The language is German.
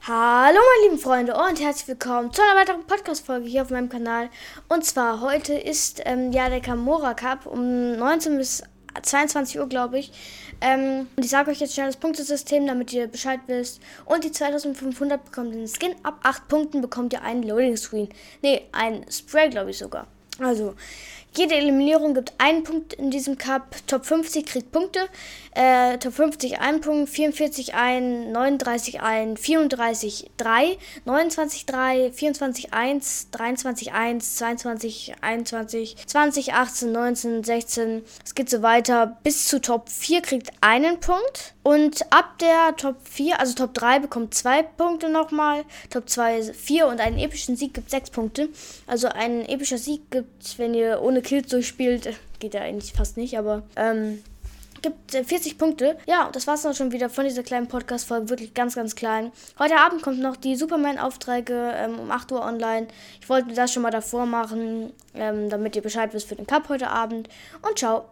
Hallo meine lieben Freunde und herzlich willkommen zu einer weiteren Podcast-Folge hier auf meinem Kanal. Und zwar heute ist der Kamora Cup um 19 bis 22 Uhr, glaube ich. Und ich sage euch jetzt schnell das Punktesystem, damit ihr Bescheid wisst. Und die 2500 bekommt den Skin. Ab 8 Punkten bekommt ihr einen Loading Screen. Ne, ein Spray, glaube ich sogar. Also, jede Eliminierung gibt einen Punkt in diesem Cup. Top 50 kriegt Punkte. Top 50 1 Punkt, 44 1, 39 1, 34 3, 29 3, 24 1, 23 1, 22 21, 20, 18, 19, 16. Es geht so weiter. Bis zu Top 4 kriegt einen Punkt. Und ab der Top 4, also Top 3 bekommt 2 Punkte nochmal. Top 2 4 und einen epischen Sieg gibt 6 Punkte. Also ein epischer Sieg gibt, wenn ihr ohne Kills durchspielt, geht ja eigentlich fast nicht, aber gibt 40 Punkte. Ja, und das war's dann schon wieder von dieser kleinen Podcast-Folge. Wirklich ganz, ganz klein. Heute Abend kommt noch die Superman-Aufträge um 8 Uhr online. Ich wollte das schon mal davor machen, damit ihr Bescheid wisst für den Cup heute Abend. Und ciao.